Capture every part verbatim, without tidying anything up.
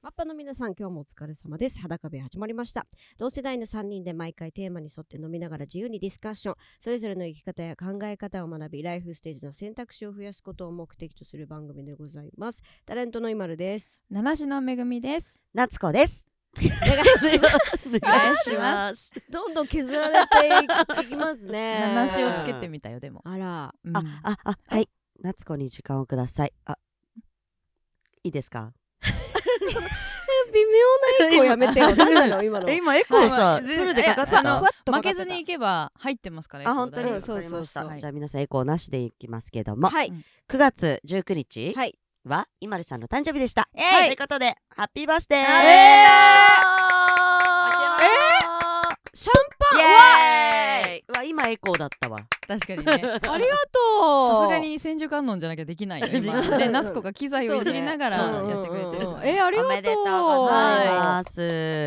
マッパの皆さん、今日もお疲れ様です。裸部屋始まりました。同世代のさんにんで毎回テーマに沿って飲みながら自由にディスカッション、それぞれの生き方や考え方を学び、ライフステージの選択肢を増やすことを目的とする番組でございます。タレントの今るです。 七種のめぐみです。 夏子です。 お願いしますお願いします。 どんどん削られていきますね。 七種をつけてみたよ。でもあら、 うん、 あ、あ、あ、はい。夏子に時間をください。あ、いいですか？ 微妙なエコーやめてよ。何なの今の。 え、今エコーさ、 はいフルでかかってた？ あのふわっとかか負ってたけずにいけば入ってますから。 あ、本当に、 うんわかりました。 そうそうそうじゃあ皆さんエコーなしでいきますけども、 はい。 くがつじゅうくにちはい。 は今るさんの誕生日でした。 えいということで、ハッピーバースデー。 えシャンパン。 イエーイ。うわ、今エコーだったわ。 確かにね。 ありがとう。 さすがに千手観音じゃなきゃできないよ今。で、夏子が機材をいじりながらやってくれてる。 え、ありがとう。 おめでとうございます。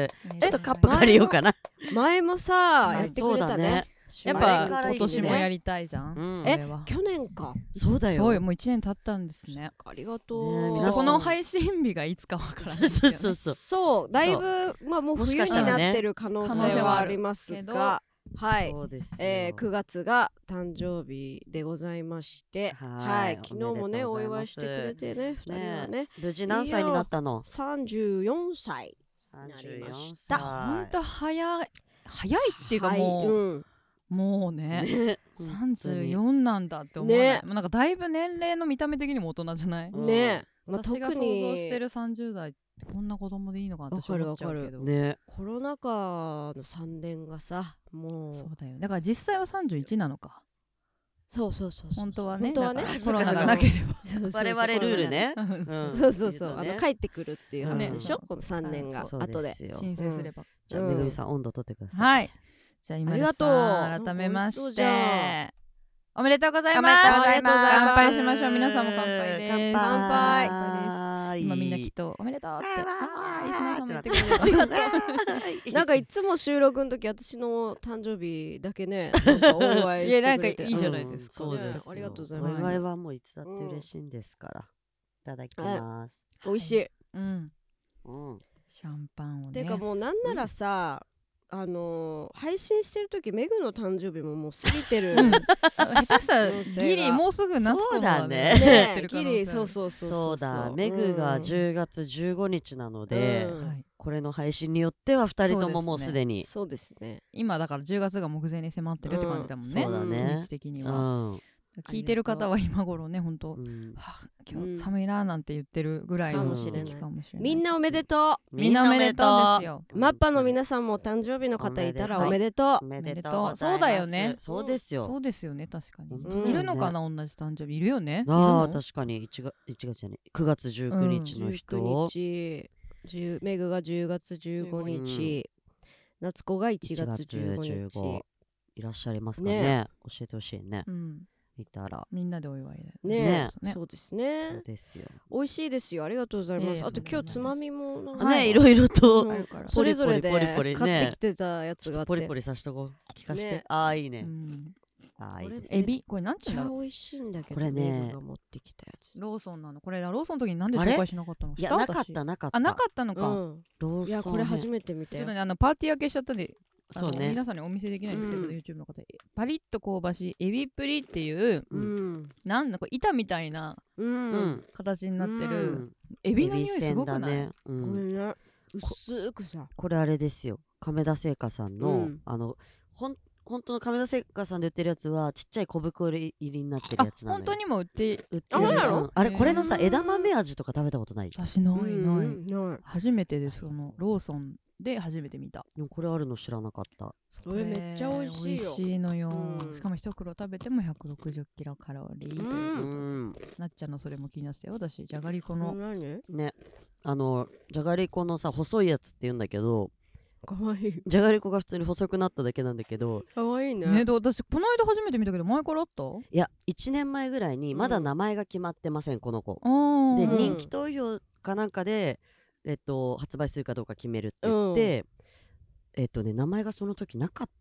ちょっとカップ借りようかな。 前もさ、 あやってくれたね。 やっあれぱ今年もやりたいじゃん。 うんえこれは去年か。 そうだよ。 そうよ、もう一年経ったんですね。 ありがとねう。 皆さんこの配信日がいつかわからないですそうよね。 そうそう。 そう、だいぶまあもう冬になってる可能性はありますが、はい。 そうですよ。 えー、くがつが誕生日でございまして、 はいはい、昨日もねおおめでとうございます祝いしてくれてね、ふたりはね、 無事何歳になったの？ さんじゅうよんさいさんじゅうよんなりましさい。 ほんと早い早いっていうかもう、 はい、うんもうねねさんじゅうよんなんだって思わない、 ね、 もうなんかだいぶ年齢の見た目的にも大人じゃない？ ね、まあ、 私が想像特にしてるさんじゅう代ってこんな子供でいいのかなって思っちゃうけど、 ね、 コロナ禍のさんねんがさ、もうそうだよ。だから実際はさんじゅういちなのか。 そうそうそうそう、 本当はね、 本当はねだからコロナがなければそうそうそう我々ルールね。 うんうんそうそうそう、 言とねあの帰ってくるっていう話でしょ、 うんこのさんねんがそう後で。 すよ。 申請すれば、 じゃあめぐみさん温度取ってください。 はい。じゃあ今ありがとう改めま美味しそうしじゃておめでとうございます。 おめでとうございます。 乾杯しましょう。皆さんも乾杯です。 乾杯。 乾杯乾杯です。今みんなきっとおめでとうってあーあーリスナーさんも言ってくれありる。 がとう。なんかいつも収録の時私の誕生日だけね、なんかお祝いしてくれて、 いやなんかいいじゃないですかうんそうですよ。 ありがとうございます。 お祝いはもういつだって嬉しいんですから。いただきます。 美味しい。 うん。 うん。 シャンパンをね。 てかもうなんならさ、あのー、配信してる時メグの誕生日ももう過ぎてる。 下手したらギリもうすぐ夏子そうだねね、ギリそうそうそうそうだ、メグがじゅうがつじゅうごにちなので、 うんはい。 これの配信によってはふたりとももうすでに。 そうですね。 今だからじゅうがつが目前に迫ってるって感じだもんね。 そうだね日的にうは。 ん。 聞いてる方は今頃ね、本当、 うんはあ、今日寒いななんて言ってるぐらいのかもしれない時期かもしれない。 みんなおめでとみんなおめでとうですよ。 う。マッパの皆さんもお誕生日の方いたらおめでとう。 おめでとうおめでとうそうだよねそうですよ。 そうですよね、確かに。 本当だよねいるのかな、同じ誕生日いるよね。 ああ、 いるの確かにいちがついちがつじゃないくがつじゅうくにちの人、 じゅうくにち、じゅうメグがじゅうがつじゅうごにち、夏子がいちがつじゅうごにち。 いらっしゃいますかね。 ね教えてほしいね。 うん。 いたら。 みんなでお祝いだよねね。 そうですそうね。 ですよ。 美味しいですよ。ありがとうございます。 いやいやあと今日つまみもなんかね、いろいろとうんあるから。 それぞれでポリポリポリね買ってきてたやちょっつがあって。 とポリポリさしとこう。聞かして。 ねああ、いいね。 うんああ、いいですこれエビこれなんてめっちゃ言うんだろ美味しいんだけど、 これねメグが持ってきたやつ。 う。ローソンなの。これローソンの時になんであれ紹介しなかったの？ いや、 したなかっ私た、なかった。 あ、なかったのか。 うん。 ローソンね。 いやこれ初めて見たよちょっと。ね、あのパーティー明けしちゃったんで、あのそうね。 皆さんにお見せできないんですけど、 うん YouTube の方パリッと香ばしいエビプリっていううん。 なんだこれ板みたいなう。 うんん。 形になってうる、 うんエビの匂いすごくない？ エビせんだね。うこん。 れね、薄くさ。 これあれですよ。亀田製菓さんの、 うんあの、ほん、本当の亀田製菓さんで売ってるやつはちっちゃい小袋入りになってるあやつなのよ。 本当にも売って売ってあそうなのうんあれ、これのさ、 へー枝豆味とか食べたことない？ 私ないない、 うんない。 初めてです。そのローソンで初めて見た。 でもこれあるの知らなかった。 これめっちゃ美味しいよ美味しいのよ、 うんしかも一袋食べてもひゃくろくじゅっキロカロリーということ、 うん。 なっちゃんのそれも気になってたよ。私じゃがりここれの何？ ね。あの、じゃがりこのさ、細いやつって言うんだけど、 かわいい。 じゃがりこが普通に細くなっただけなんだけど、 かわいいね。 ね、で私この間初めて見たけど前からあった？ いや、いちねんまえぐらいにまだ名前が決まってません、この子。 あーで、 うん人気投票かなんかで、えっと、発売するかどうか決めるって言って、えっとね、名前がその時なかっ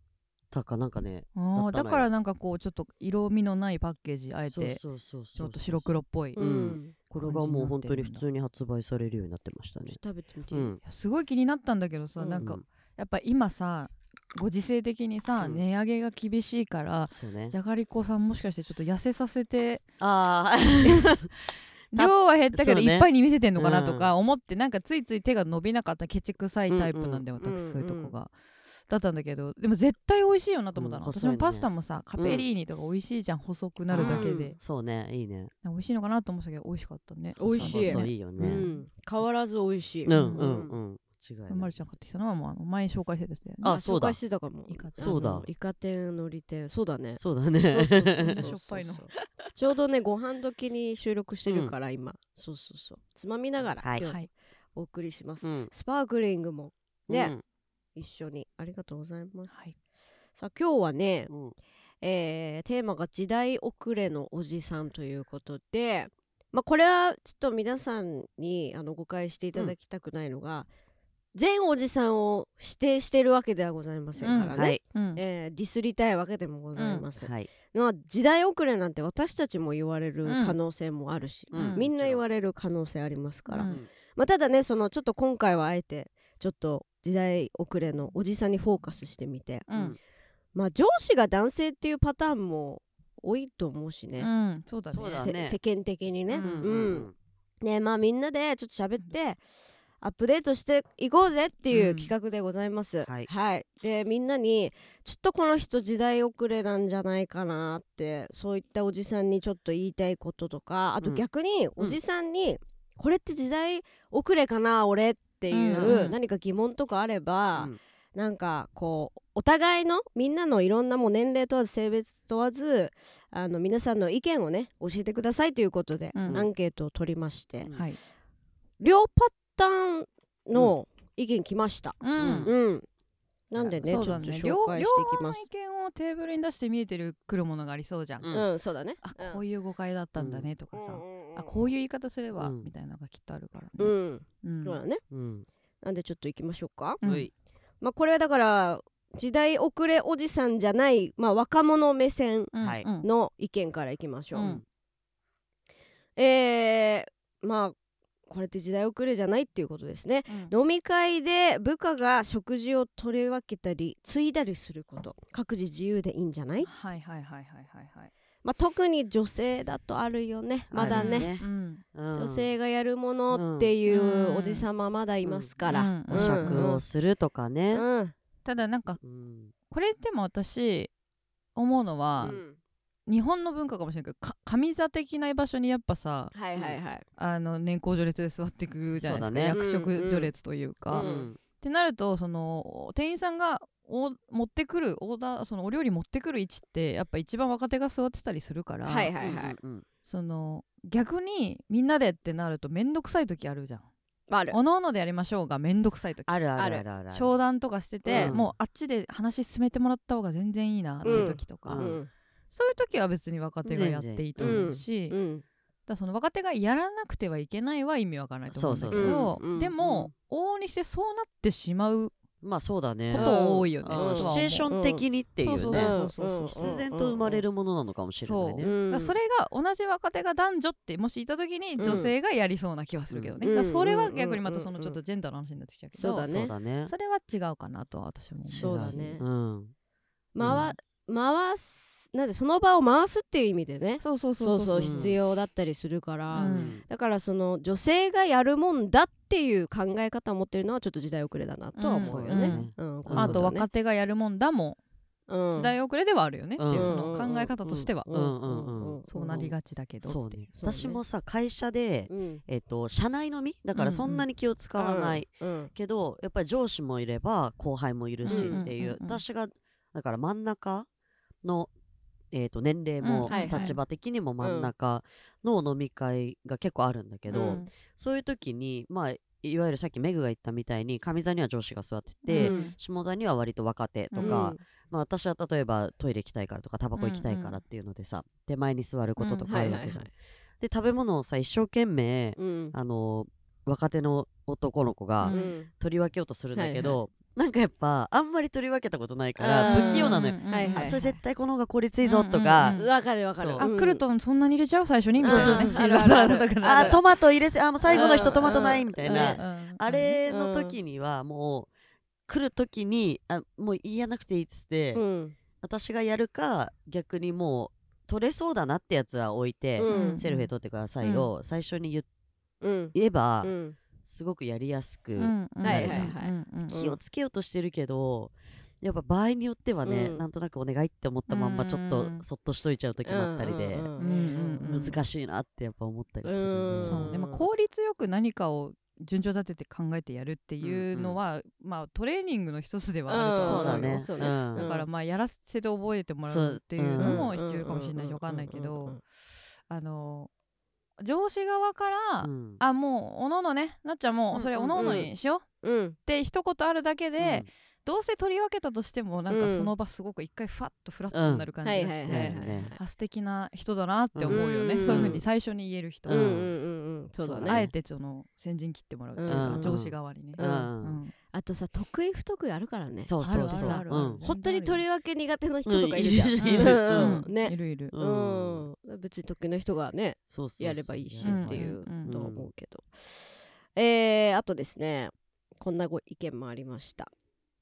たかなんかねあーだったのよだからなんかこうちょっと色味のないパッケージあえそうてそうそうそうちょっと白黒っぽい、 ううんんこれがもう本当に普通に発売されるようになってましたね。 食べてみていい、 うんいやすごい気になったんだけどさ、 うんなんかうんやっぱ今さご時世的にさ、 うん値上げが厳しいからそうねじゃがりこさんもしかしてちょっと痩せさせてあた量は減ったけどそうねいっぱいに見せてんのかなとうか思って、なんかついつい手が伸びなかったケチくさいタイプなんだよ、 うんうん私そういうとこが、だったんだけどでも絶対美味しいよなと思ったの、 うん私もパスタもさカペリーニとか美味しいじゃん、細くなるだけで、 そうねいいね美味しいのかなと思ってたけど美味しかったね。 美味しいそういいよねうん、変わらず美味しい、 うんうんうん違いないまるちゃん買ってきたのはもうあの前紹介してたやつだよね。 あそうだ紹介してたかもイカ天そうだあのイカ天のり天そうだねそうだねそうそうそうそうしょっぱいのちょうどねご飯時に収録してるから今、そうそうそうつまみながらはい今日はいお送りします、 うんスパークリングもね、 うん一緒にありがとうございます、 はいさあ今日はね、 うんえーテーマが時代遅れのおじさんということで、まあ、これはちょっと皆さんにあの誤解していただきたくないのが、全おじさんを指定してるわけではございませんからね、 はいうんえーディスりたいわけでもございません、 はいまあ、時代遅れなんて私たちも言われる可能性もあるし、 うんみんな言われる可能性ありますから、 うんまあ、ただねそのちょっと今回はあえてちょっと時代遅れのおじさんにフォーカスしてみて、 うんまあ上司が男性っていうパターンも多いと思うしね、 うんそうだねそうだせ世間的にね、 うんうんねまあみんなでちょっと喋ってアップデートしていこうぜっていう企画でございます、 はいはいでみんなにちょっとこの人時代遅れなんじゃないかなってそういったおじさんにちょっと言いたいこととかあとうん逆におじさんに、これって時代遅れかな俺っていう、 うんうん何か疑問とかあれば、 うんなんかこうお互いのみんなのいろんなもう年齢問わず性別問わずあの皆さんの意見をね教えてくださいということで、 うんアンケートを取りまして、 うんはい両パターンの意見来ました。 うんうん、なんでねそうちょっとだね両紹介していきます。 両方の意見をテーブルに出して見えてるくるものがありそうじゃん、 うんうん、そうだね。 あこういう誤解だったんだねとかさ、 うんあこういう言い方すれば、 うんみたいなのがきっとあるからね、 うん、 うんそうだね。 うんなんでちょっと行きましょうか。 うんういまあこれはだから時代遅れおじさんじゃないまあ若者目線うんはいうんの意見からいきましょう。 うんえー、まあこれって時代遅れじゃないっていうことですね。 うん飲み会で部下が食事を取り分けたり継いだりすること各自自由でいいんじゃない、 はいはいはいはいはいはいまあ、特に女性だとあるよねまだねあるねうんうん女性がやるものっていううんおじさままだいますから、 うんお酌をするとかねうんただなんかうんこれでも私思うのは、 うん日本の文化かもしれないけどか上座的な場所にやっぱさはいはいはい、 あの年功序列で座っていくじゃないですか、 そうだね役職序列というか、 うんうんってなるとその店員さんがお持ってくるオーダーそのお料理持ってくる位置ってやっぱ一番若手が座ってたりするから、 はいはいはいうんうんその逆にみんなでってなるとめんどくさい時あるじゃん。 あるおのおのでやりましょうがめんどくさい時あるあるあるある商談とかしてて、 うんもうあっちで話進めてもらった方が全然いいなっていう時とか、 うんうんそういう時は別に若手がやっていいと思うし、だかうんらその若手がやらなくてはいけないは意味わからないと思うんだけそうそうどそうそうでも、往々にしてそうなってしまうまあそうだねこと多いよね、 うんとは思うシチュエーション的にっていうねそうそうそうそうそう必然と生まれるものなのかもしれないねそううんだからそれが同じ若手が男女ってもしいた時にうん女性がやりそうな気はするけどね、 うんだからそれは逆にまたそのちょっとジェンダーの話になってきちゃうけど、 そうだねそうだねそれは違うかなとは私も思うしそうだねうん回回すなんでその場を回すっていう意味でねそうそうそうそううん必要だったりするから、 うんだからその女性がやるもんだっていう考え方を持ってるのはちょっと時代遅れだなとは思うよね。うんこあとのことはね若手がやるもんだもうん時代遅れではあるよねっていううんその考え方としてはうんうんうんうんそうなりがちだけどそうねっていうそうね私もさ会社でうんえっと社内飲みだからそんなに気を使わないうんけどやっぱり上司もいれば後輩もいるしうんっていううんうんうん私がだから真ん中のえー、と年齢もうんはいはい立場的にも真ん中の飲み会が結構あるんだけど、 うんそういう時にまあいわゆるさっきメグが言ったみたいに上座には上司が座ってて、 うん下座には割と若手とか、 うんまあ、私は例えばトイレ行きたいからとかタバコ行きたいからっていうのでさ、手前に座ることとかあるわけじゃん、 うんはいはいはいで食べ物をさ一生懸命、 うんあの若手の男の子がうん取り分けようとするんだけど、 なんかやっぱあんまり取り分けたことないからうん不器用なのよ、 うんうんうんはいはいあそれ絶対この方が効率いいぞとうんか、 うんうんわかるわかる。 そうあ、 うんクルトンそんなに入れちゃう最初にみたいなね。 そうそうそうシーザーサラダとかあトマト入れせあもう最後の人うんトマトないみたいうんな、 うんあれの時にはもう来る時にあもう言やなくていいっつって、 うん私がやるか逆にもう取れそうだなってやつは置いて、 うんセルフで取ってくださいを最初に言うんえば、 うんすごくやりやすくうんうんはいはいはいうんうん気をつけようとしてるけど、やっぱ場合によってはね、 うんなんとなくお願いって思ったまんまちょっとそっとしといちゃう時もあったりで、 うんうんうんうんうん難しいなってやっぱ思ったりする、 うんね、 そうでも効率よく何かを順序立てて考えてやるっていうのは、まあトレーニングの一つではあるとそう思うよ。 だねそうねうんだからまあやらせて覚えてもらうっていうのも必要かもしれないし分かんないけど、あの上司側から、 うんあもうおのおのねなっちゃんもうそれおのおのにしよううんって一言あるだけで、 うんどうせ取り分けたとしてもなんかその場すごく一回ファッとフラットになる感じがしはいはいはいはいて、あ素敵な人だなって思うよね、 うんそういう風に最初に言える人、 うんうんうんうんそうだそうね。 あえてその先陣切ってもらうっていうか、 うん上司側にね、 うんうんあとさ得意不得意あるからね。 そうそうそうあるあるあるうん本当にとりわけ苦手な人とかいるじゃん。 うんいるいるうんいね。 るいる、 ううんん別に得意な人がねそうそうそうやればいいしうんっていううんとは思うけど。えーあとですねこんなご意見もありました。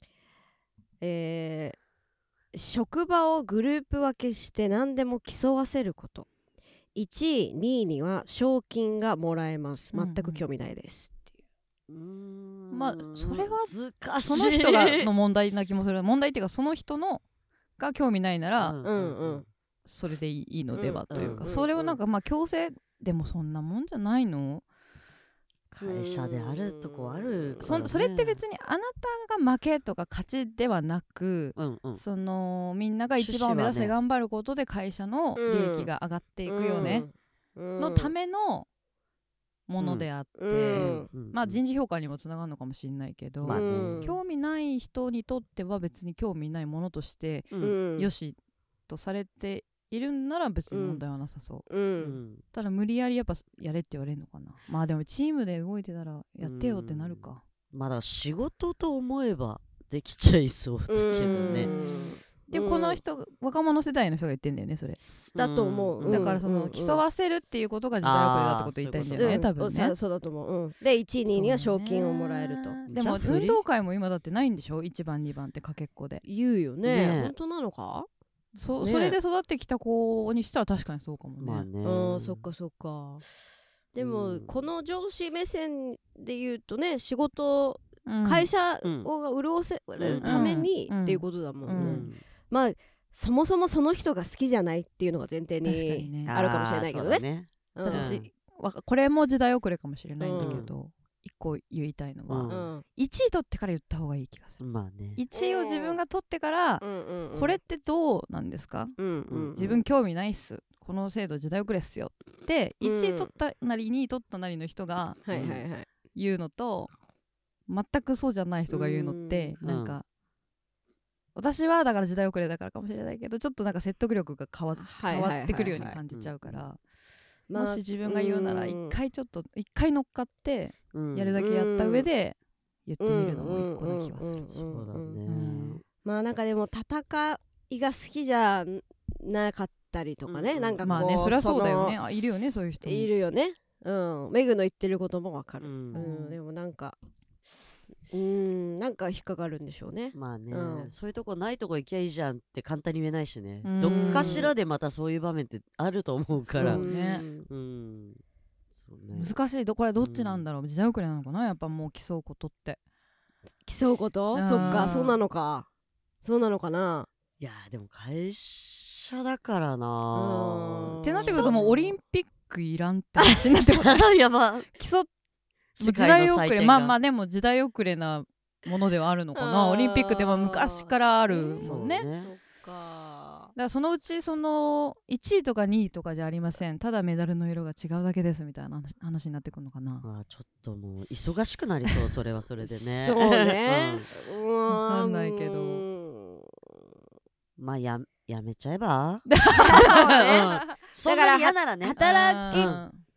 えー職場をグループ分けして何でも競わせること。いちいにいには賞金がもらえます。全く興味ないですっていう。 うーんまあそれは難しいその人がの問題な気もする。問題っていうかその人のが興味ないなら、 うんうんうんそれでいいのではというか、 うんそれをなんかまあ強制でもそんなもんじゃないの、 会社であるとこあるからねそそれって別にあなたが負けとか勝ちではなく、 うんうんそのみんなが一番を目指して頑張ることで会社の利益が上がっていくよね、 うんのためのものであって、 うんうんまあ人事評価にもつながるのかもしれないけど、 まあねうん興味ない人にとっては別に興味ないものとしてううんんよしとされているんなら別に問題はなさそう、 ううんんただ無理やりやっぱやれって言われるのかな。まあでもチームで動いてたらやってよってなるか。 まだ仕事と思えばできちゃいそうだけどねでこの人若者世代の人が言ってんだよねそれ、 だと思う、 うんだからその競わせるっていうことが時代遅れだってことを言いたいんだよね、 うん多分ね。 そうそうだと思う、うん、でいちいにいには賞金をもらえるとそうねでもじゃあ運動会も今だってないんでしょ、いちばんにばんってかけっこで。 言うよねね本当なのか。 そねそれで育ってきた子にしたら確かにそうかもね。 まあねうんそっかそっか。でも、 うんこの上司目線で言うとね仕事、 うん会社うんを潤せるためにうんっていうことだもんね、 うんまあそもそもその人が好きじゃないっていうのが前提確かににねあるかもしれないけどねあーそうだねうんただし、わかこれも時代遅れかもしれないんだけど、一個言いたいのは、 うんうんいちい取ってから言った方がいい気がする。 まあねいちいを自分が取ってから、 うんうんうんこれってどうなんですか、 うんうんうん自分興味ないっす、この制度時代遅れっすよってうんいちい取ったなりにい取ったなりの人がはいはいはい言うのと、全くそうじゃない人が言うのって、 うんなんか、私はだから時代遅れだからかもしれないけどちょっとなんか説得力が変わ,、変はいはいはいはいわってくるように感じちゃうから、 まあもし自分が言うなら一うん回ちょっと一回乗っかってうんやるだけやった上で言ってみるのも一個な気がする。 そうだねうんまあなんかでも戦いが好きじゃなかったりとかね、 うんなんかこう、 まあねそりゃそうだよね。 のあいるよねそういう人も。 いるよね。うんメグの言ってることもわかる、 ううんんでもなんかうーんなんか引っかかるんでしょうね。 まあねうんそういうとこないとこ行きゃいいじゃんって簡単に言えないしねうんどっかしらでまたそういう場面ってあると思うからそうねんうんそうね難しいどこれどっちなんだろう、時代遅れなのかなやっぱもう競うことって。 競うこと、 うんそっかそうなのかそうなのかな。 いやーでも会社だからなうんってなってくるともうオリンピックいらんって話になってくる。 ーやば競っ世時界の祭典が代遅れまあまあでも時代遅れなものではあるのかな。 あーオリンピックってまあ昔からあるそうもんね。 ねそっかだからそのうちそのいちいとかにいとかじゃありません、ただメダルの色が違うだけですみたいな話話になってくるのかな。 あーちょっともう忙しくなりそうそれはそれでねそうねうんうわわかんないけどうんまあややめちゃえばそうねそんなに嫌ならね働きうん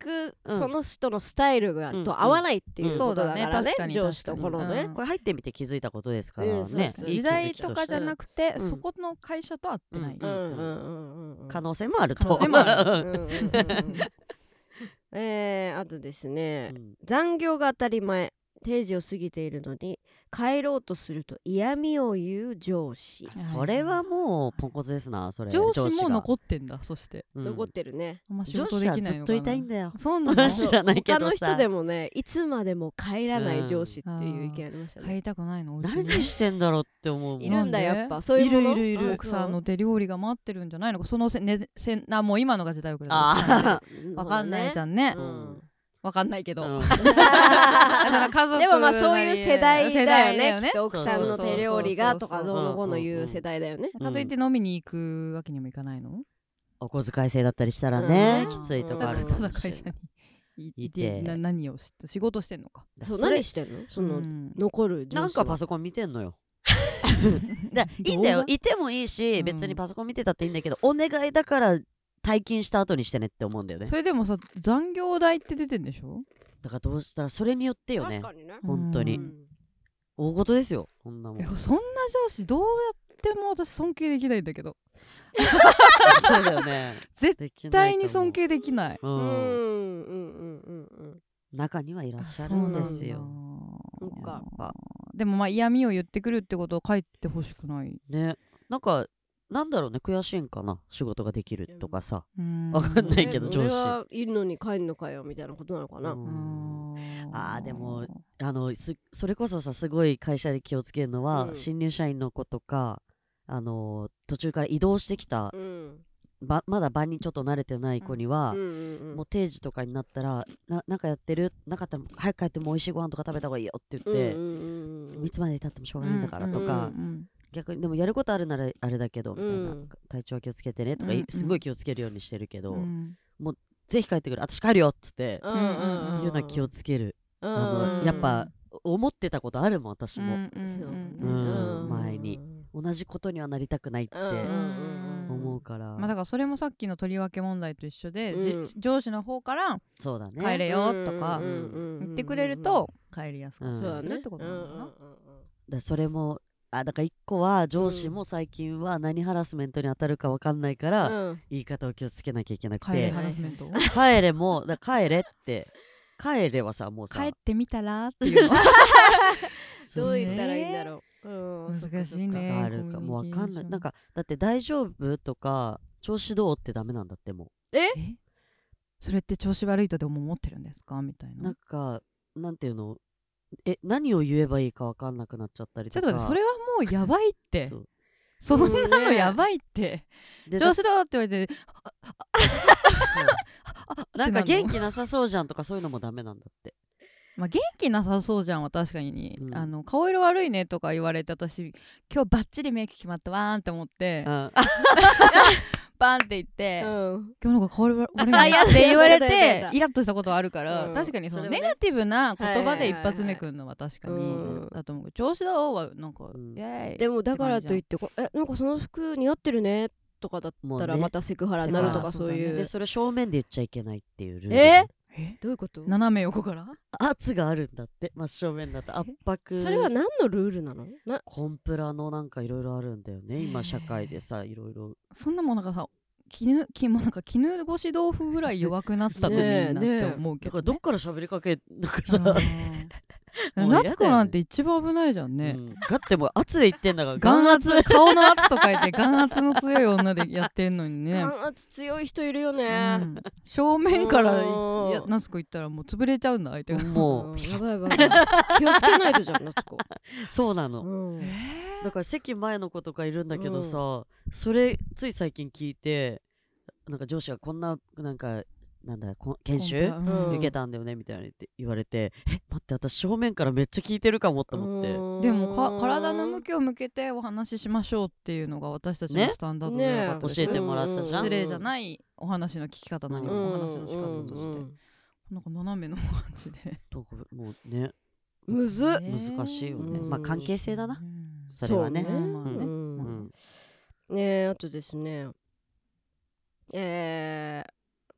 くうんその人のスタイルが、 うんと合わないっていううんことだからね、 そうだね上司とこのね、 うんこれ入ってみて気づいたことですからうんそうね、 そういい時代気づきととかじゃなくて、 うんそこの会社と合ってない、 うんうんうんうんうん可能性もあると可能性もあるうんうんうんうんえー、あとですね、 うん残業が当たり前、定時を過ぎているのに帰ろうとすると嫌味を言う上司、 それはもうポンコツですな。それ上司もが残ってんだ。そしてうん残ってるね。 あんま仕上事で司はずっときないのかないたいんだよ。 そうなの知らないけどさ他の人でもね、いつまでも帰らない上司っていう意見ありましたね。 帰りたくないのお家に何してんだろうって思うもん。 いるんだなんでやっぱそういうもの。 いるいるいるあ奥さんの手料理が待ってるんじゃないのか。そのせ、ね、せんあもう今のが時代遅れだあそうわかんないじゃんねう。んわかんないけど、 うんだから家族でもまあそういう世代だよね。きっとそう奥さんの手料理がとかどうのこうのうん言う世代だよね。 かといって飲みに行くわけにもいかないの、 お小遣い制だったりしたらね、 うんきついとかあるだからただかもしれない会社にいいいててな何をし仕事してんのか。 そうそれ何してんのそのうん残る上司は。 なんかパソコン見てんのよ。でいいんだよ、 動画いてもいいし、 うん別にパソコン見てたっていいんだけど、お願いだから退勤した後にしてねって思うんだよね。 それでもさ残業代って出てんでしょ。 だからどうしたらそれによってよね。 確かにね。 本当にうん大事ですよ、こんなもん。 えそんな上司どうやっても私尊敬できないんだけど、 そうだよね。 絶絶対に尊敬できない。 う。 うんんうんうんうんうん。 中にはいらっしゃるんですよ。 そっかやっぱでもまあ嫌味を言ってくるってことは帰ってほしくない。 ね、なんかなんだろうね、悔しいんかな、仕事ができるとかさ。 わわかんないけどえ上司俺はいるのに帰んのかよみたいなことなのかな。 うんあーでもあのすそれこそさ、すごい会社で気をつけるのは、 うん新入社員の子とか、あの途中から移動してきた、 うんばまだ場にちょっと慣れてない子には、 うんうんうんもう定時とかになったらななんかやってるなかったら早く帰ってもう美味しいご飯とか食べた方がいいよって言って、 うんうんうんうんいつまで経ってもしょうがないんだからとか、 うんうん逆にでもやることあるならあれだけどみたいな、 うん体調は気をつけてねとか、 うんうんすごい気をつけるようにしてるけど、 うんぜひ帰ってくる、私帰るよっつって、 うんうんうんいうような気をつける、 うんあのうんやっぱ思ってたことあるもん私も、 うんうんそうねうん前に同じことにはなりたくないってうんうんうん思うから、 まあだからそれもさっきのとりわけ問題と一緒で、 うんじ上司の方からそうだね帰れよとかうんうんうんうん言ってくれると帰りやすかっそうだねたりするってことなのかな。 だそれもあだから一個は上司も最近は何ハラスメントに当たるか分かんないから、 うん言い方を気をつけなきゃいけなく帰れてハラスメント。 帰れもだ帰れって帰れはさもうさ帰ってみたらっていうのどう言ったらいいんだろう。うん難しいねがあるかもう分かんないコミュニケーションなんかだって大丈夫とか調子どうってダメなんだってもえそれって調子悪いとでも思ってるんですかみたいうな。 なんかなんていうのえ何を言えばいいか分かんなくなっちゃったりちょとかっと待ってそれはもうやばいってそうそんなのやばいって、 で調子どうって言われてそうなんかってなるの元気なさそうじゃんとかそういうのもダメなんだってまあ、元気なさそうじゃんは確かに、 うんあの顔色悪いねとか言われて私今日バッチリメイク決まったわーんって思って、 うんバーンって言って、 うん今日なんか顔色悪いあやだねって言われやだやだやだてイラッとしたことはあるから、 うん確かにそのそれはねネガティブな言葉ではいはいはいはい一発目くるのは確かにそううんだと思う、調子どうはなんか、 うんイエーイでもだからといっってこえなんかその服似合ってるねとかだったらもうねまたセクハラになるとかセクハラそういうでそれ正面で言っちゃいけないっていうルールええどういうこと斜め横から圧があるんだって真正面だと圧迫それは何のルールなのなコンプラのなんかいろいろあるんだよね今社会でさいろいろそんなもんなんかさ絹きもうなんか絹ごし豆腐ぐらい弱くなったのにねえなっねえて思うけど、 だからどっから喋りかけなんかさ、 うんもう嫌だよね夏子なんて一番危ないじゃんね、 うんだってもう圧で言ってんだから眼眼圧圧顔の圧と書いて眼圧の強い女でやってるのにね、 眼圧強い人いるようねん正面からうんいや夏子言ったらもう潰れちゃうんだ相手が、 もううんやばいやばいやばい気をつけないとじゃん夏子そうなの、 うんだから席前の子とかいるんだけどさ、それつい最近聞いてなんか上司がこんななんかなんだこ研修うんうん受けたんだよねみたいなって言われて、え待って私正面からめっちゃ聞いてるかもと思って、 うんでもか体の向きを向けてお話ししましょうっていうのが私たちのねスタンダードでなかったです教えてもらったじゃん失礼じゃないお話の聞き方なりうんお話の仕方として、 うんなんか斜めの感じでどこもうねむずっね難しいよね、 うんまあ関係性だな、 うんそれはねそうまあねうんうんねえあとですねえー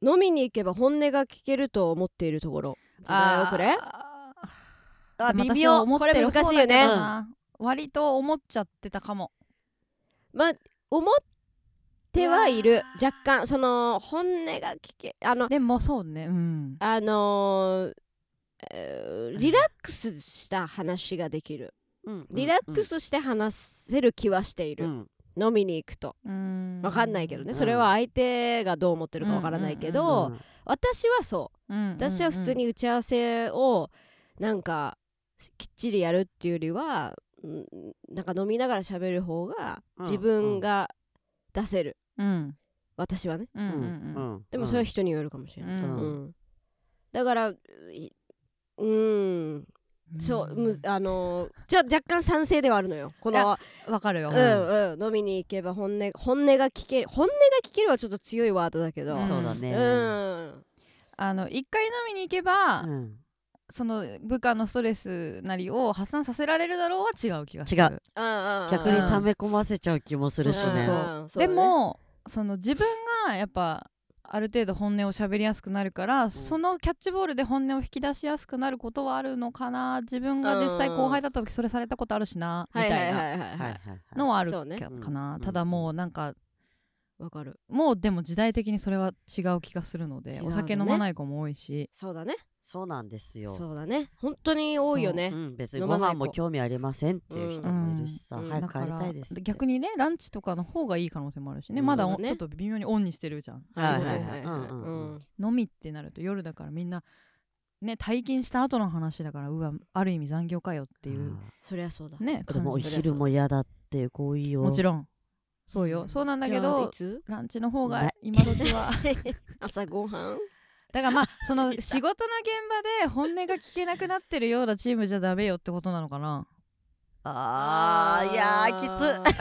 飲みに行けば本音が聞けると思っているところじゃないこれあでも微妙私は思ってるこれ難しいよね方だけどな割と思っちゃってたかも。 まあ思ってはいる若干その本音が聞けあのでもそうねうんあのーえーリラックスした話ができるうんリラックスして話せる気はしている、 うん飲みに行くとうんわかんないけどね、 うんそれは相手がどう思ってるかわからないけど、 うん私はそううん私は普通に打ち合わせをなんかきっちりやるっていうよりはんなんか飲みながら喋る方がうん自分が出せる、 うん私はねうんうんうんうんでもそれは人によるかもしれない、 うんうんだからうーんそうむあのーじゃ若干賛成ではあるのよこのわかるよ、 うんうん飲みに行けば本音本音が聞ける本音が聞けるはちょっと強いワードだけど、 うんそうだねうんあの一回飲みに行けば、 うんその部下のストレスなりを発散させられるだろうは違う気がする。 違ううんうんうん逆に溜め込ませちゃう気もするしそうねそううんそうだねでもその自分がやっぱある程度本音を喋りやすくなるから、うん、そのキャッチボールで本音を引き出しやすくなることはあるのかな。自分が実際後輩だった時それされたことあるしな、みたいなはいはいはいはいはいはいのはあるそうねかな、 うんただもうなんかわかるもうでも時代的にそれは違う気がするので、 違うのねお酒飲まない子も多いしそうだねそうなんですよそうだね本当に多いよねうん、別にご飲まない子飯も興味ありませんっていう人もいるしさ、 うん早く帰りだからたいですって逆にねランチとかの方がいい可能性もあるしね、 うんまだそうだねちょっと微妙にオンにしてるじゃん、 はい仕事をはいはいうんうんうん飲みってなると夜だからみんなね体験した後の話だから、うわある意味残業かよっていうそりゃそうだねでもお感じ昼も嫌だっていう子多いよもちろんそうよ、 うんそうなんだけじゃあどいつランチの方がね今時は朝ごはんだからまあその仕事の現場で本音が聞けなくなってるようなチームじゃダメよってことなのかな。 あーいやーき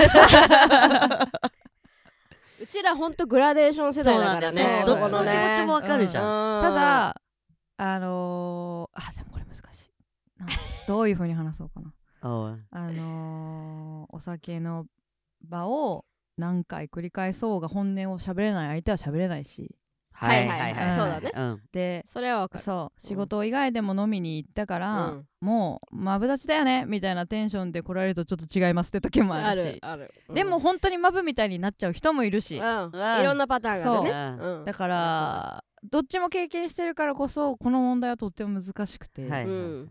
つうちらほんとグラデーション世代だからねそうなんだよねここのねどっちの気持ちもわかるじゃん、 うんただあのー、あでもこれ難しいなどういう風に話そうかなおいあのー、お酒の場を何回繰り返そうが本音を喋れない相手は喋れないし、 はいはいはいはいそうだねうんでそれはわかるそう仕事以外でも飲みに行ったから、 うんもうマブダチだよねみたいなテンションで来られるとちょっと違いますって時もああるしるあるでも本当にマブみたいになっちゃう人もいるし、 うんいろんなパターンがあるねそううんだからどっちも経験してるからこそこの問題はとっても難しくて、 はいはいはいうん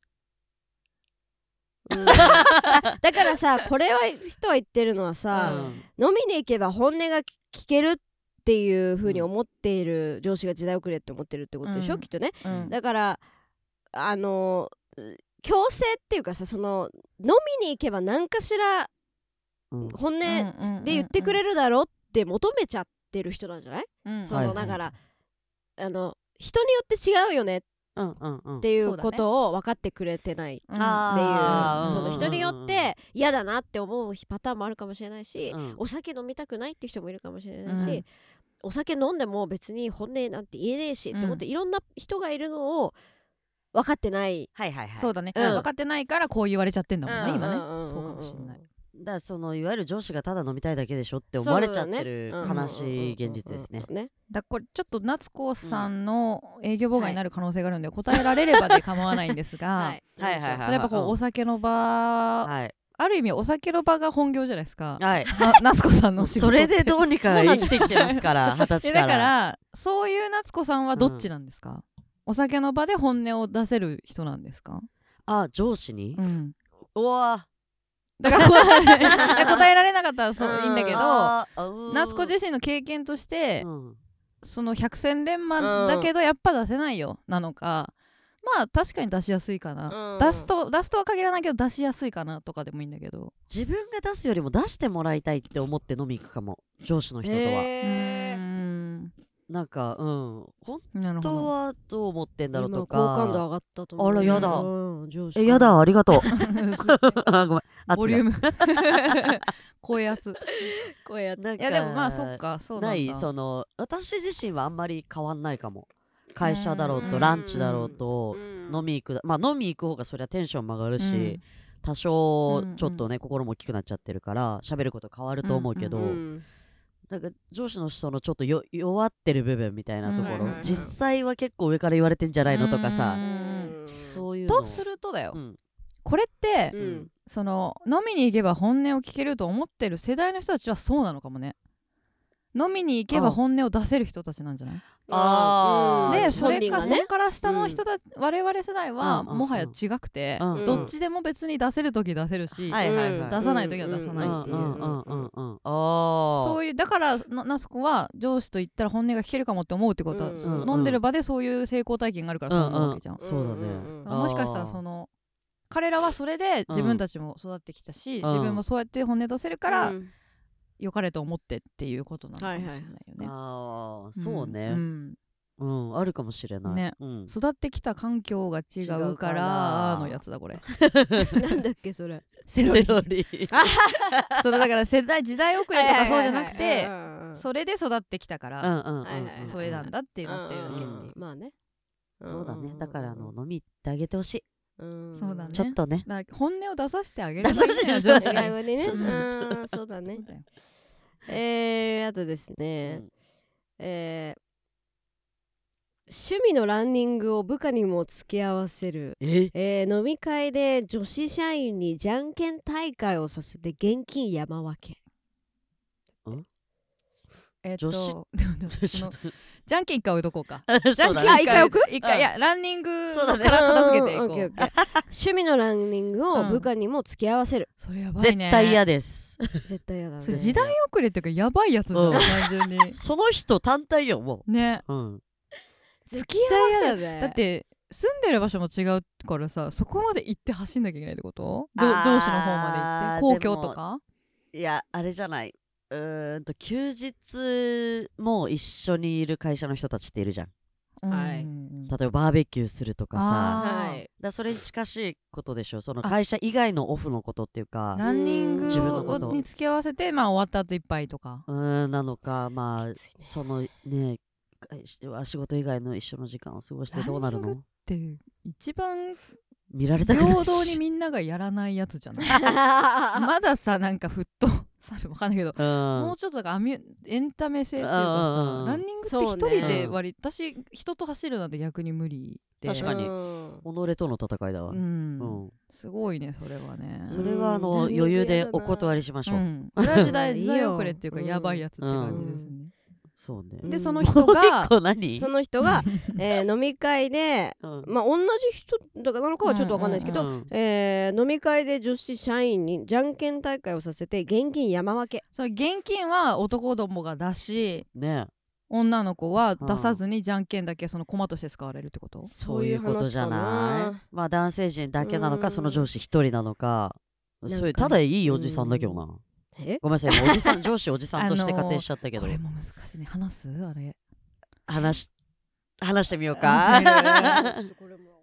うんあだからさこれは人は言ってるのはさ、飲みに行けば本音が聞けるっていう風に思っている上司が時代遅れって思ってるってことでしょ、 うんきっとねうんだからあの強制っていうかさその飲みに行けば何かしらうん本音でうんうん言ってくれるだろうって求めちゃってる人なんじゃない、 うんそはいはいのだからあの人によって違うよねっうんうんうんていうそうだねことを分かってくれてないうんっていうあーその人によっうんうんうんて嫌だなって思うパターンもあるかもしれないし、 うんお酒飲みたくないっていう人もいるかもしれないし、 うんお酒飲んでも別に本音なんて言えねえしって思って、いろんな人がいるのを分かってない。 はいはいはいそうだね、 うん分かってないからこう言われちゃってんだもんね、 うん今ね、 うんうんうんそうかもしれない。 だからそのいわゆる上司がただ飲みたいだけでしょって思われちゃってるそうだね悲しい現実ですねうんうんうんうんねだこれちょっと夏子さんの営業妨害になる可能性があるので、答えられればで構わないんですが、 はいはいはいはいそれやっぱこうお酒の場、 はいある意味お酒の場が本業じゃないですか、 はいな夏子さんの仕事それでどうにか生きてきてますから二十で歳からだからそういう夏子さんはどっちなんですか、お酒の場で本音を出せる人なんですか、 あ上司にうん、 うわだから答え答えられなかったらそういいんだけどあーあうー夏子自身の経験として、 うんその百戦錬磨だけどやっぱ出せないよなのか、まあ確かに出しやすいかな、 うん出すと出すとは限らないけど出しやすいかなとかでもいいんだけど、 自分が出すよりも出してもらいたいって思って飲み行くかも上司の人とはうへーーんなんかうん本なるほど当はどう思ってんだろうと今好感度か上がったと思う。 あらやだうん上司えやだありがとうあごめん圧がボリュームこういうやつこうやってなんかいやでもまあそっかそうなんだないその私自身はあんまり変わんないかも会社だろううんとランチだろうとうん飲み行くまあ飲み行く方がそりゃテンションも上がるし、 うん多少うんちょっとね、心も大きくなっちゃってるから喋ること変わると思うけど、 うんうんなんか上司の人のちょっとよ弱ってる部分みたいなところ、 うんうんうん実際は結構上から言われてんじゃないのとかうさ、 んそういうのとするとだよ、 うんこれって、 うんうんその飲みに行けば本音を聞けると思ってる世代の人たちはそうなのかもね。飲みに行けば本音を出せる人たちなんじゃない？ あーでうんそれか、 本人がねそこから下の人たち、我々世代はうんうんうんもはや違くて、 うんうんどっちでも別に出せる時出せるし、 はいはいはい出さない時は出さないっていううんうんうんうんああそういうだからなナスコは上司と言ったら本音が聞けるかもって思うってことは、 うんそのうん飲んでる場でそういう成功体験があるからそう思うわけじゃん、 うんうんそうだね、 うんうんうんだからもしかしたらその彼らはそれで自分たちも育ってきたし、 うん自分もそうやって本音出せるから、 うん良かれと思ってっていうことなのかもしれないよね、 ああそうね、 んうん、あるかもしれない。 ねうん、 育ってきた環境が違うから違うからのやつだこれなんだっけそれセロリセロリ。 そのだから世代時代遅れとかそうじゃなくてそそれで育ってきたかうんら、 うんうんはいはいはいそれなんだってなってるだけっていう、 うんまあねそうだね。だからあの飲み行ってあげてほしい。 うんそうだねちょっとね。 だから本音を出させてあげればいいんだよ出させて上司に外国にねそうそうそううんそうだねそうだよえー、あとですうねんえー趣味のランニングを部下にも付き合わせる、 ええー飲み会で女子社員にじゃんけん大会をさせて現金山分けえっと女子でもでもそのじゃんけん一回置いとこうかそうだあね。 一回置く一回いやランニングそうだねから片付けていこうんオッケーオうッケー趣味のランニングを部下にも付き合わせる、 それやばい絶ね対嫌です。 絶対やだねそれ時代遅れっていうかやばいやつじゃん、 うん単純にその人単体よもねう。うん。 絶付き合わせ対やだねだって住んでる場所も違うからさそこまで行って走んなきゃいけないってこと上あー上司の方まで行って公共とかいやあれじゃない。うーんと休日も一緒にいる会社の人たちっているじゃん。 はいうん例えばバーベキューするとかさ。 あーはいだからそれに近しいことでしょ。そのあ会社以外のオフのことっていうか。 ランニング自分のことに付き合わせてまあ終わった後一杯とかうーんなのかまあきついねそのね仕事以外の一緒の時間を過ごしてどうなるのランニンって一番見られたくないし平等にみんながやらないやつじゃないまださなんかフットサルわかんないけど、 うんもうちょっとなんかアミュエンタメ性っていうかうんうんさうんランニングってそうね一人で割り、私人と走るなんて逆に無理で確かにうん己との戦いだわ、 ううんん、すごいねそれはねそれはあのうん余裕でお断りしましょう、 うん、それは時代いい時よ代遅れっていうかうんやばいやつって感じですね、 そうねうんでその人もうが一個何その人が、えー飲み会でうんまあ同じ人だからなのかはちょっとわかんないですけど、 うんえー飲み会で女子社員にじゃんけん大会をさせて現金山分けその現金は男どもが出しね女の子は出さずにじゃんけんだけその駒として使われるってことそういうことじゃないまあ男性陣だけなのうんかその上司一人なのかなんかそういうただいいおじさんだけどなえごめんなさい今おじさん上司おじさんとして仮定しちゃったけど、 これも難しいね話すあれ話し話してみよう話してみかるこれも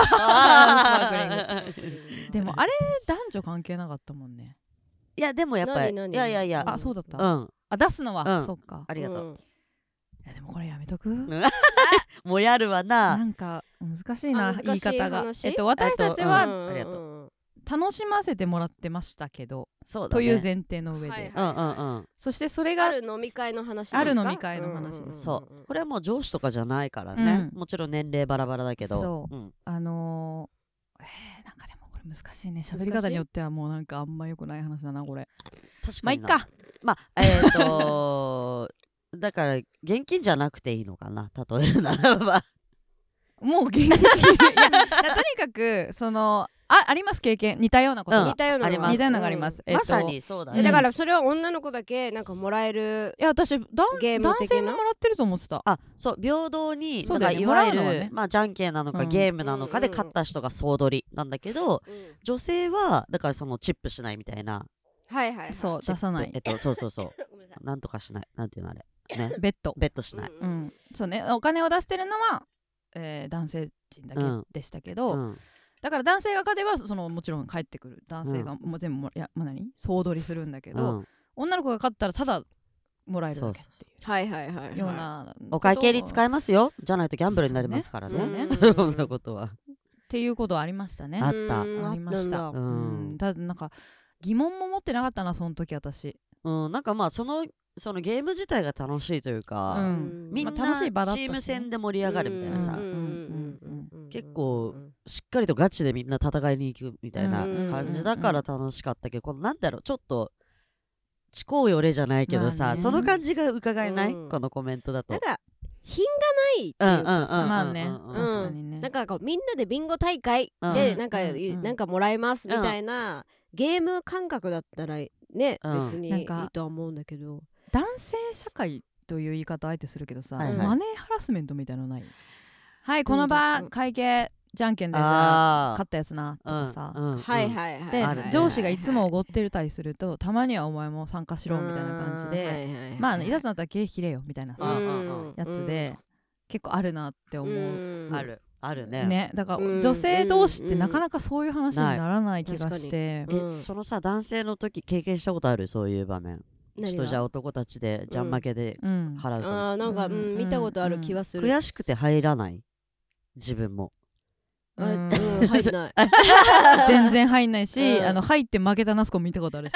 あーでもあれ男女関係なかったもんねいやでもやっぱり何何いやいやいやあそうだった、 うんあ出すのは、 うんそっかありがとう、 うんいやでもこれやめとく、 もうやるわななんか難しいなあ難しい言い方が話えっと私たちはうんありがとう楽しませてもらってましたけど、 そうだねという前提の上で、 はいうんうんうんそしてそれがある飲み会の話ですかある飲み会の話ですんんんそうこれはもう上司とかじゃないからね、 うんもちろん年齢バラバラだけど、 そうん、 あのー、えー、なんかでもこれ難しいねしい喋り方によってはもうなんかあんま良くない話だなこれ確かになまあいっかまあえっ、とだから現金じゃなくていいのかな例えるならばもう現金いやとにかくそのああります経験似たようなこと、 うん似たようなのがあります似たようなのがあります、えっとまさにそうだうんえだからそれは女の子だけなんかもらえるいや私だんゲーム男的な性ももらってると思ってたあそう平等にそうだよねだからいわゆる、 もらうのはねまあじゃんけんなのか、 うんゲームなのかでうんうん勝った人が総取りなんだけど、 うん女性はだからそのチップしないみたいなはいはいはいそうチップ出さないえっとそうそうそうごめんなさいなんとかしないなんていうのあれねベッドベットしない、 うんうんそうねお金を出してるのは、えー男性陣だけでしたけど、 うんだから男性が勝てばそのもちろん帰ってくる男性がもう全部もいや、まあ、何総取りするんだけど、 うん女の子が勝ったらただもらえるだけっていうはいはいはいようなお会計に使ええますよじゃないとギャンブルになりますからねそうねそうねそんなことはっていうことはありましたねあったうんありましたううんんただなんか疑問も持ってなかったなその時私うん、なんかまあそのそのゲーム自体が楽しいというか、 うんみんなまあ楽しい場だったしねチーム戦で盛り上がるみたいなさ、 うんうん結構しっかりとガチでみんな戦いに行くみたいなうん感じだから楽しかったけど、このなんだろうちょっと地高よれじゃないけどさ、 まあねその感じが伺えない、 うんこのコメントだと。 なんか品がないっていうかさ、 まあねうん確かにねなんかこうみんなでビンゴ大会うんでなんか、 うんうんなんかもらえますみたいな、ゲーム感覚だったらね、 うん別にいいなんかとは思うんだけど、 男性社会という言い方あえてするけどさ、 はいはいマネーハラスメントみたいなのない？はいこの場うん会計じゃんけんでじゃああ勝ったやつなとかさ、 うんうんうんはいはいはいであるね上司がいつもおごってるたりするとたまにはお前も参加しろみたいな感じで、まあいざとなったら経費切れよみたいなさ、 うんうんうんやつで、結構あるなって思う、 うんあるあるね。 ね、だからうん女性同士ってなかなかそういう話にならない気がないして、 え、 うんそのさ男性の時経験したことある？そういう場面。ちょ何がっとじゃあ男たちでじゃん負けでうん、 払うぞ、 あーなんか、うんうん見たことある気はする、 悔しくて入らない自分も。 あうんうん入ってない全然入んないし、 うんあの入って負けたナスコ見たことあるし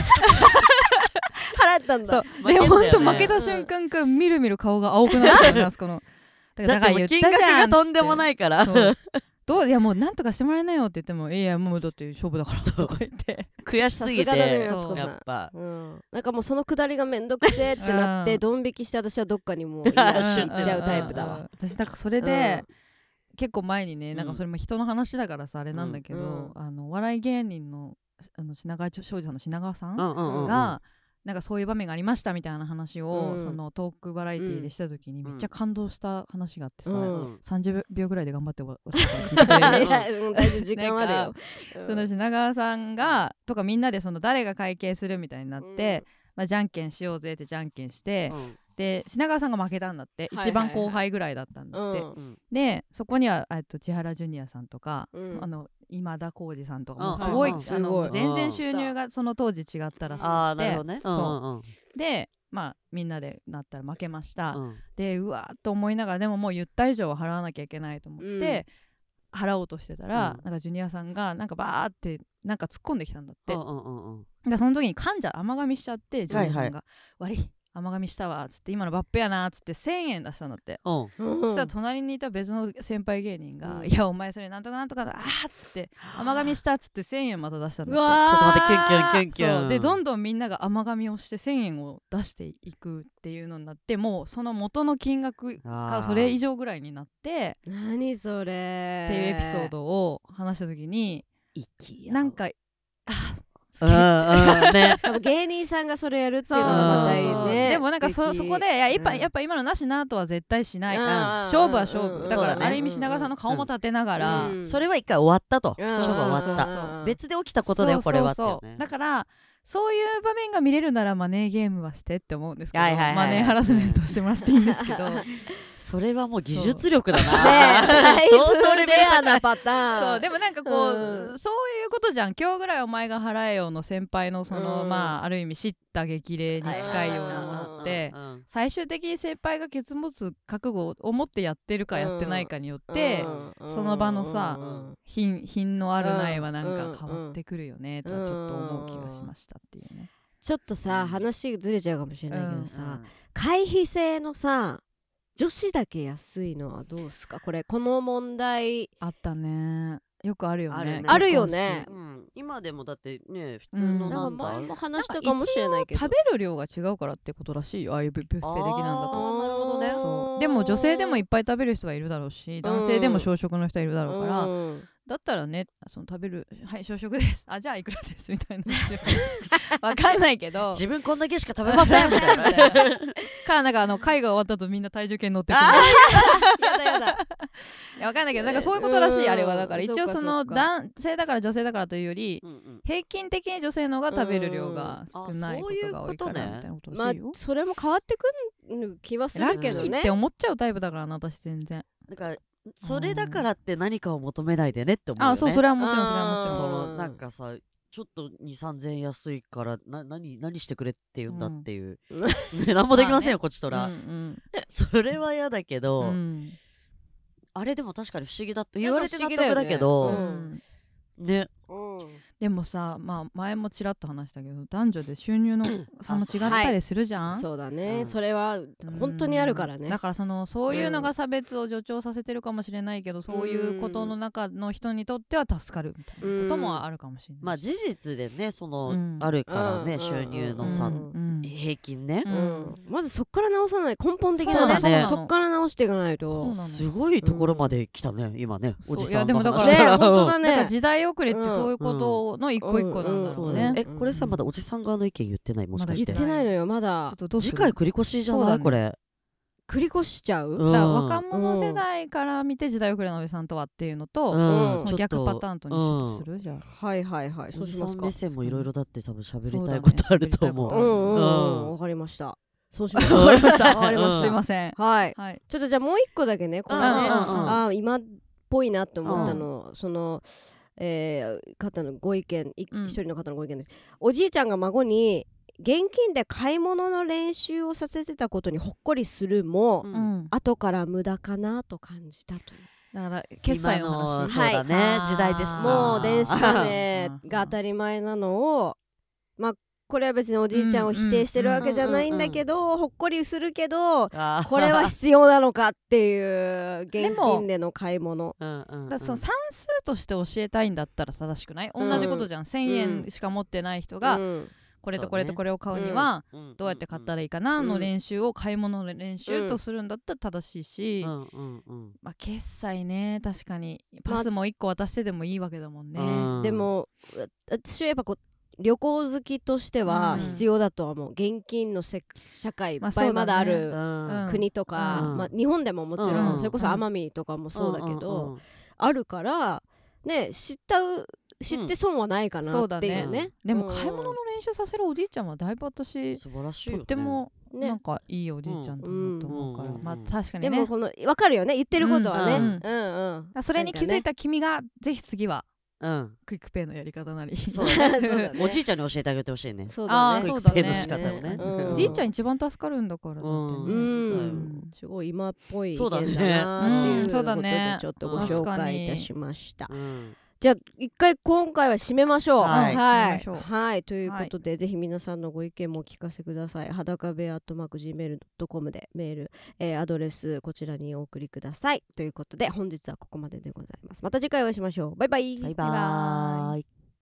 払ったんだそう負けんだよねでほんと負けた瞬間からみるみる顔が青くなってたナスコのだだってもう金額がとんでもないいからそうどういやもうなんとかしてもらえないよって言ってもいやもうだって勝負だからとか言って悔しすぎさすがだねて夏子さんやっぱうん、なんかもうそのくだりがめんどくせえってなってうんドン引きして私はどっかにもういあやシュン行っちゃうタイプだわんんん私だからそれで、結構前にねなんかそれも人の話だからさあれなんだけど、 うんあのお笑い芸人のあの品川庄司さんの品川さんうんうんうんうんが、なんかそういう場面がありましたみたいな話を、 うんそのトークバラエティーでした時にうんめっちゃ感動した話があってさ、 うんうんさんじゅうびょうぐらいで頑張って終わったから聞いてくれるいや、うん、大丈夫時間はあるよその品川さんがとかみんなでその誰が会計するみたいになって、まあ、じゃんけんしようぜってじゃんけんして、 うんで品川さんが負けたんだって、 はいはいはい一番後輩ぐらいだったんだって、 うんうんでそこにはえっと千原ジュニアさんとか、 うんあの今田耕司さんとかうんもすごい、 うんあすごいの全然収入がその当時違ったらしくて、 ああなるほどね。 そううんうんでまあみんなでなったら負けました、 うんでうわーっと思いながらでももう言った以上は払わなきゃいけないと思って、払おうとしてたら、 うんなんかジュニアさんがなんかバーってなんか突っ込んできたんだって、 うんうんうんうんでその時に噛んじゃ甘噛みしちゃってジュニアさんが、 はいは悪い甘噛みしたわっつって今のバップやなっつってせんえん出したんだって、 うんうんそしたら隣にいた別の先輩芸人が「 うんいやお前それなんとかなんとかだあー」っつって甘噛みしたっつってせんえんまた出したんだってうわーちょっと待ってキュンキュンキュンキュンそうでどんどんみんなが甘噛みをしてせんえんを出していくっていうのになってもうその元の金額がそれ以上ぐらいになって何それっていうエピソードを話した時に息なんかあうんうんねしかも芸人さんがそれやるっていうのがまたいいそうねでもなんかそそこでいややっぱ,、 うんやっぱ今のなしなとは絶対しない、 うん勝負は勝負、 うんだから、 そうだねある意味品川さんの顔も立てながら、 うんそれは一回終わったとうん勝負は終わっそうそうたそう別で起きたことだよこれはってよねだからそういう場面が見れるならマネーゲームはしてって思うんですけど、 はいはいはいマネーハラスメントしてもらっていいんですけどそれはもう技術力だねなだい相当ぶレベルレア高ないパターンそうでもなんかこう、 うんそういうことじゃん今日ぐらいお前が払えよの先輩のその、 うんまあある意味叱咤激励に近いようなものってうんうん最終的に先輩がケツ持つ覚悟を持ってやってるかやってないかによって、 うんその場のさうん品品のあるないはなんうんか変わってくるよねとはちょっと思う気がしましたっていうね。 ちょっとさ、 うん話ずれちゃうかもしれないけどうんさ、会費制のさ女子だけ安いのはどうすかこれこの問題あったねよくあるよねあるねあるよねうん今でもだってね普通うんのなんかなんだ前も話したかもしれないけど食べる量が違うからってことらしいよああいうビュッフェ的なんだと。 あーなるほどねそうでも女性でもいっぱい食べる人はいるだろうし男性でも小食の人はいるだろうから、 うんだったらねその食べるはい小食ですあじゃあいくらですみたいなわかんないけど自分こんだけしか食べませんみたいなかなんかあの会が終わった後みんな体重計に乗ってくるやだやだいやわかんないけどなんかそういうことらしいうんあれはだから一応そそのっかそっか男性だから女性だからというよりうんうん平均的に女性の方が食べる量が少ないことが多いからみたいなことまあらしいよ。 それも変わってくる気はすラッるけどねキーって思っちゃうタイプだからな私全然。 だからそれだからって何かを求めないでねって思うよねあそうそれはもちろんそれはもちそろん。 のなんかさちょっとにさんぜんえん安いからな何何してくれって言うんだっていう、 うんね、何もできませんよ、 まあねこっちとら、 うんうんそれは嫌だけど、 うんあれでも確かに不思議だといや言われて納不思議だよね得だけど、 うんねうんでもさ、まあ前もちらっと話したけど男女で収入の差も違ったりするじゃん。 そうだね、 うんそれは本当にあるからね。 だからそのそういうのが差別を助長させてるかもしれないけど、そういうことの中の人にとっては助かるみたいなこともあるかもしれないし。 まあ事実でねその、 うんあるからね、 うん収入のう差、 んうん平均ね、 ううんん、まずそっから直さない、根本的そうだねなね、そっから直していかないと。 そうなのすごいところまで来たね、今ねそうおじさんのいやでもだから話からね、本当だだからね。 時代遅れってそういうことの一個一個なんだろうね。 えこれさまだおじさん側の意見言ってない、もしか言ってしてないのよまちょだっ。とどうする次回繰り越しじゃない、 そうだねこれ、 繰り越しちゃう、 うんだから若者世代から見て時代遅れのおじさんとはっていうのと、 うんうんその逆パターンとにちょっとするじゃん。 はいはいはい、そおじうしますか。 さん目線もいろいろだって多分喋りそうだねたいことあると思う喋りたいことあるうんうんううんん、わかりました。そうします。 わかりました。 わかりましたすいません。 はい。 はい。 ちょっとじゃあもう一個だけね、これね、 うんうんうんあー今っぽいなって思ったの、その、えー方のご意見、いうん一人の方のご意見です。おじいちゃんが孫に現金で買い物の練習をさせてたことにほっこりするも、 ううんん。 後から無駄かなと感じたという。 だから決済の今の話。 そうだね、 はい時代ですなもう電子マネうんーが当たり前なのを、まあこれは別におじいちゃんを否定してるわけじゃないんだけど、ほっこりするけど、 あーこれは必要なのかっていう現でも金での買い物。 うんうんうんだからその算数として教えたいんだったら正しくない？ うん同じことじゃん。せんえんしか持ってない人がうんこれとこれとこれを買うにはうんどうやって買ったらいいかなうんの練習を買い物の練習とするんだったら正しいし、 うんうんうんまあ決済ね、確かにまあパスもいっこ渡してでもいいわけだもんね。 うんでもわ私はやっぱこう旅行好きとしてはうん必要だとは思う。現金のせ社会いっまあぱいまだあうるん国とか、 うんまあ、日本でももちろん、 うんそれこそ奄美とかもそうだけど、 うんうんあるからね、知ったう知って損はないかなそうだねっていうね。 でもうん買い物の練習させるおじいちゃんはだいぶ私素晴らしいよねとってもねなんかいいおじいちゃんだなと思うから、 うんまあ確かにでねもこの分かるよね、言ってることはね。 ううんんうんうんそれに気づいた君がぜひ次はうんクイックペイのやり方なりそうだねそうだねおじいちゃんに教えてあげてほしいねそうだね。 あーそうだねクイックペイの仕方をねうんおじいちゃん一番助かるんだからだってね、 うんううんん、すごい今っぽい意見だそうだねなっていううんそうだことでねちょっとご紹介いたしました。 うんじゃあ一回今回は締めましょう。 はいはい、 締めましょうはいということで、ぜひ皆さんのご意見もお聞かせください。裸部屋アットマーク ジーメールドットコム でメール、えーアドレスこちらにお送りください。ということで本日はここまででございます。また次回お会いしましょう。バイバイ。 バイバーイ